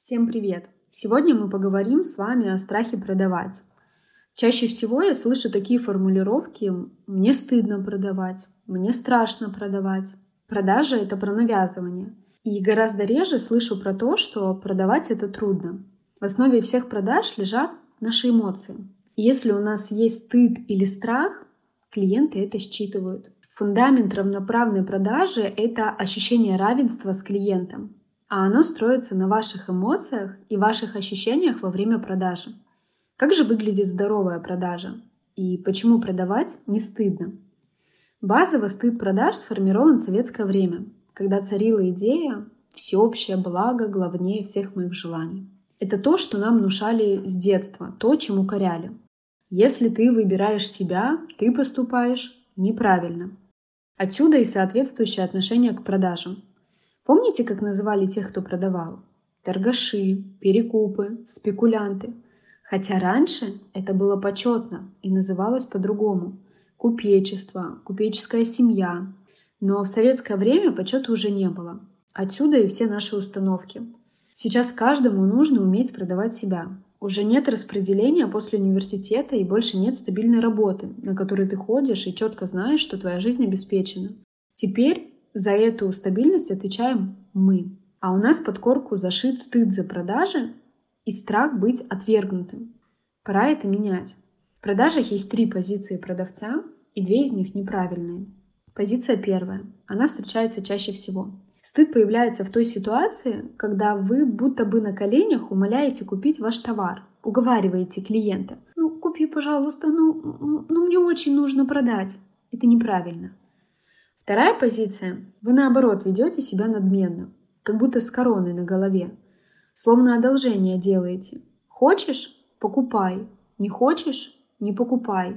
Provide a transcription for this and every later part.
Всем привет! Сегодня мы поговорим с вами о страхе продавать. Чаще всего я слышу такие формулировки: «Мне стыдно продавать», «Мне страшно продавать». Продажа — это про навязывание. И гораздо реже слышу про то, что продавать — это трудно. В основе всех продаж лежат наши эмоции. И если у нас есть стыд или страх, клиенты это считывают. Фундамент равноправной продажи — это ощущение равенства с клиентом. А оно строится на ваших эмоциях и ваших ощущениях во время продажи. Как же выглядит здоровая продажа? И почему продавать не стыдно? Базово стыд продаж сформирован в советское время, когда царила идея «всеобщее благо главнее всех моих желаний». Это то, что нам внушали с детства, то, чем укоряли. Если ты выбираешь себя, ты поступаешь неправильно. Отсюда и соответствующее отношение к продажам. Помните, как называли тех, кто продавал? Торгаши, перекупы, спекулянты. Хотя раньше это было почетно и называлось по-другому. Купечество, купеческая семья. Но в советское время почета уже не было. Отсюда и все наши установки. Сейчас каждому нужно уметь продавать себя. Уже нет распределения после университета и больше нет стабильной работы, на которой ты ходишь и четко знаешь, что твоя жизнь обеспечена. Теперь за эту стабильность отвечаем мы. А у нас под корку зашит стыд за продажи и страх быть отвергнутым. Пора это менять. В продажах есть 3 позиции продавца, и 2 из них неправильные. Позиция первая. Она встречается чаще всего. Стыд появляется в той ситуации, когда вы будто бы на коленях умоляете купить ваш товар, уговариваете клиента. Купи, пожалуйста, мне очень нужно продать. Это неправильно. Вторая позиция. Вы наоборот ведете себя надменно, как будто с короной на голове. Словно одолжение делаете. Хочешь — покупай. Не хочешь — не покупай.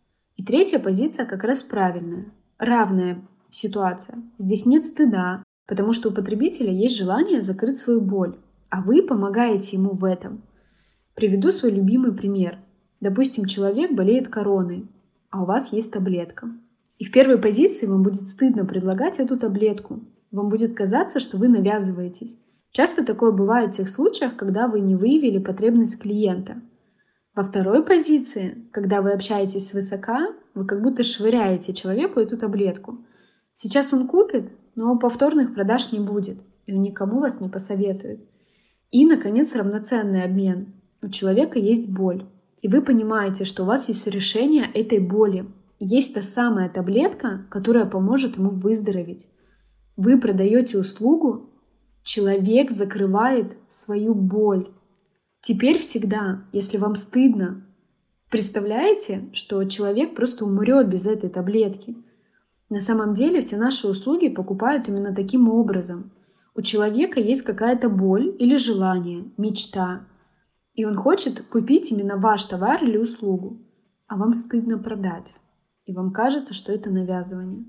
И третья позиция как раз правильная. Равная ситуация. Здесь нет стыда, потому что у потребителя есть желание закрыть свою боль, а вы помогаете ему в этом. Приведу свой любимый пример. Допустим, человек болеет короной, а у вас есть таблетка. И в первой позиции вам будет стыдно предлагать эту таблетку. Вам будет казаться, что вы навязываетесь. Часто такое бывает в тех случаях, когда вы не выявили потребность клиента. Во второй позиции, когда вы общаетесь свысока, вы как будто швыряете человеку эту таблетку. Сейчас он купит, но повторных продаж не будет, и он никому вас не посоветует. И, наконец, равноценный обмен. У человека есть боль, и вы понимаете, что у вас есть решение этой боли. Есть та самая таблетка, которая поможет ему выздороветь. Вы продаете услугу, человек закрывает свою боль. Теперь всегда, если вам стыдно, представляете, что человек просто умрет без этой таблетки. На самом деле все наши услуги покупают именно таким образом. У человека есть какая-то боль или желание, мечта, и он хочет купить именно ваш товар или услугу, а вам стыдно продать. И вам кажется, что это навязывание.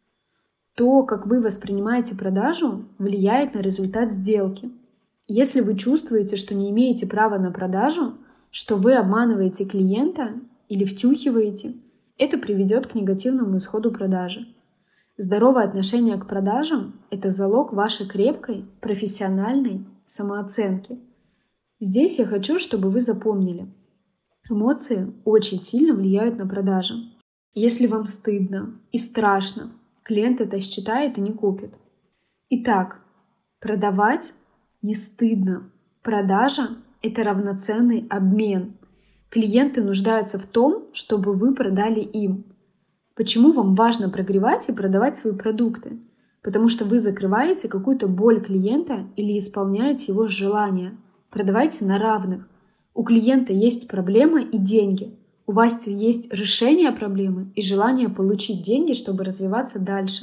То, как вы воспринимаете продажу, влияет на результат сделки. Если вы чувствуете, что не имеете права на продажу, что вы обманываете клиента или втюхиваете, это приведет к негативному исходу продажи. Здоровое отношение к продажам – это залог вашей крепкой, профессиональной самооценки. Здесь я хочу, чтобы вы запомнили. Эмоции очень сильно влияют на продажи. Если вам стыдно и страшно, клиент это считает и не купит. Итак, продавать не стыдно. Продажа – это равноценный обмен. Клиенты нуждаются в том, чтобы вы продали им. Почему вам важно прогревать и продавать свои продукты? Потому что вы закрываете какую-то боль клиента или исполняете его желания. Продавайте на равных. У клиента есть проблема и деньги. У вас есть решение проблемы и желание получить деньги, чтобы развиваться дальше.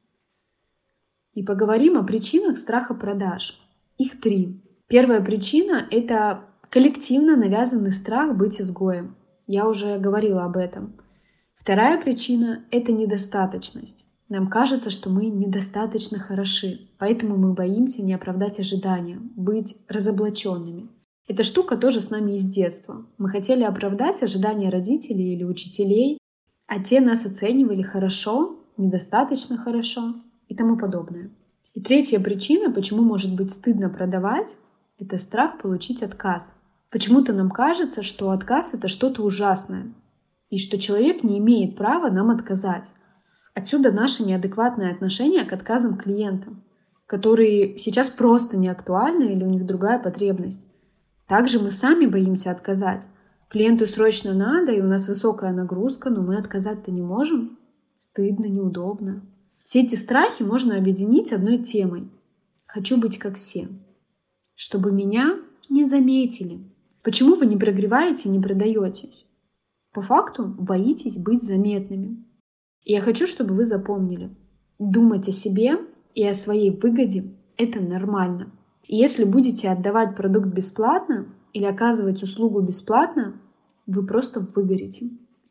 И поговорим о причинах страха продаж. Их 3. Первая причина – это коллективно навязанный страх быть изгоем. Я уже говорила об этом. Вторая причина – это недостаточность. Нам кажется, что мы недостаточно хороши, поэтому мы боимся не оправдать ожидания, быть разоблаченными. Эта штука тоже с нами из детства. Мы хотели оправдать ожидания родителей или учителей, а те нас оценивали хорошо, недостаточно хорошо и тому подобное. И третья причина, почему может быть стыдно продавать, Это страх получить отказ. Почему-то нам кажется, что отказ — это что-то ужасное, и что человек не имеет права нам отказать. Отсюда наше неадекватное отношение к отказам клиентам, которые сейчас просто не актуальны или у них другая потребность. Также мы сами боимся отказать. Клиенту срочно надо, и у нас высокая нагрузка, но мы отказать-то не можем. Стыдно, неудобно. Все эти страхи можно объединить одной темой. Хочу быть как все. Чтобы меня не заметили. Почему вы не прогреваете, не продаетесь? По факту боитесь быть заметными. И я хочу, чтобы вы запомнили. Думать о себе и о своей выгоде — это нормально. И если будете отдавать продукт бесплатно или оказывать услугу бесплатно, вы просто выгорите.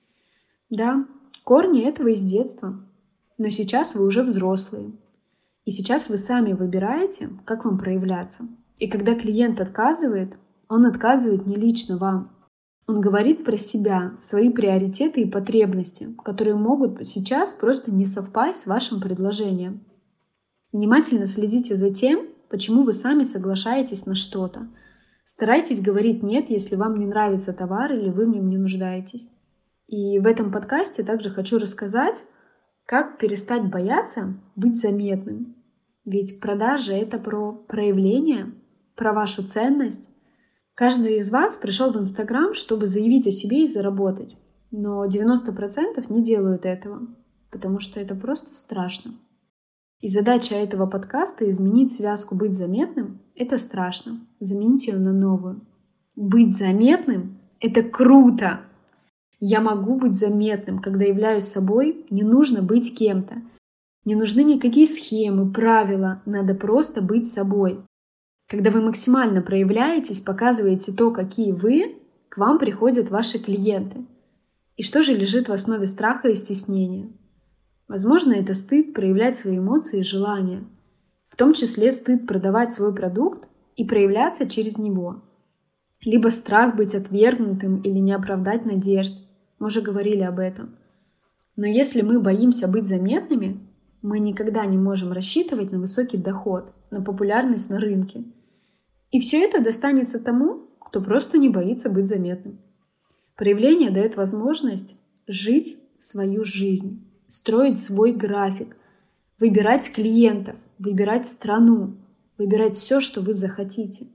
Да, корни этого из детства. Но сейчас вы уже взрослые. И сейчас вы сами выбираете, как вам проявляться. И когда клиент отказывает, он отказывает не лично вам. Он говорит про себя, свои приоритеты и потребности, которые могут сейчас просто не совпасть с вашим предложением. Внимательно следите за тем, почему вы сами соглашаетесь на что-то. Старайтесь говорить «нет», если вам не нравится товар или вы в нем не нуждаетесь. И в этом подкасте также хочу рассказать, как перестать бояться быть заметным. Ведь продажи — это про проявление, про вашу ценность. Каждый из вас пришел в Инстаграм, чтобы заявить о себе и заработать. Но 90% не делают этого, потому что это просто страшно. И задача этого подкаста — изменить связку «быть заметным» — это страшно. Заменить ее на новую. Быть заметным — это круто! Я могу быть заметным, когда являюсь собой, не нужно быть кем-то. Не нужны никакие схемы, правила, надо просто быть собой. Когда вы максимально проявляетесь, показываете то, какие вы, к вам приходят ваши клиенты. И что же лежит в основе страха и стеснения? Возможно, это стыд проявлять свои эмоции и желания. В том числе стыд продавать свой продукт и проявляться через него. Либо страх быть отвергнутым или не оправдать надежд. Мы уже говорили об этом. Но если мы боимся быть заметными, мы никогда не можем рассчитывать на высокий доход, на популярность на рынке. И все это достанется тому, кто просто не боится быть заметным. Проявление дает возможность жить свою жизнь, строить свой график, выбирать клиентов, выбирать страну, выбирать все, что вы захотите.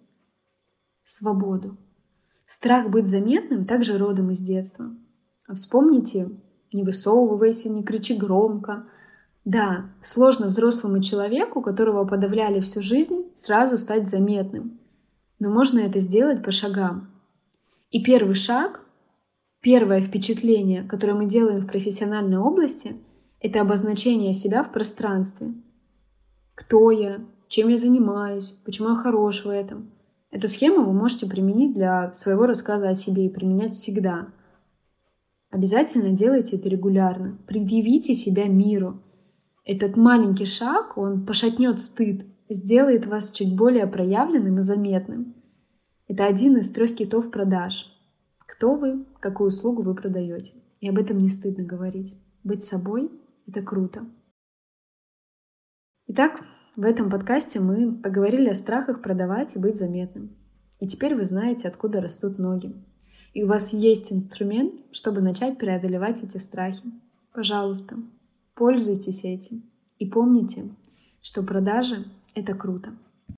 Свободу. Страх быть заметным также родом из детства. А вспомните, не высовывайся, не кричи громко. Да, сложно взрослому человеку, которого подавляли всю жизнь, сразу стать заметным. Но можно это сделать по шагам. И первый шаг, первое впечатление, которое мы делаем в профессиональной области, это обозначение себя в пространстве. Кто я, чем я занимаюсь, почему я хорош в этом. Эту схему вы можете применить для своего рассказа о себе и применять всегда. Обязательно делайте это регулярно. Предъявите себя миру. Этот маленький шаг, он пошатнет стыд, сделает вас чуть более проявленным и заметным. Это один из 3 китов продаж. Кто вы, какую услугу вы продаете. И об этом не стыдно говорить. Быть собой — это круто. Итак, в этом подкасте мы поговорили о страхах продавать и быть заметным. И теперь вы знаете, откуда растут ноги. И у вас есть инструмент, чтобы начать преодолевать эти страхи. Пожалуйста, пользуйтесь этим. И помните, что продажи — это круто.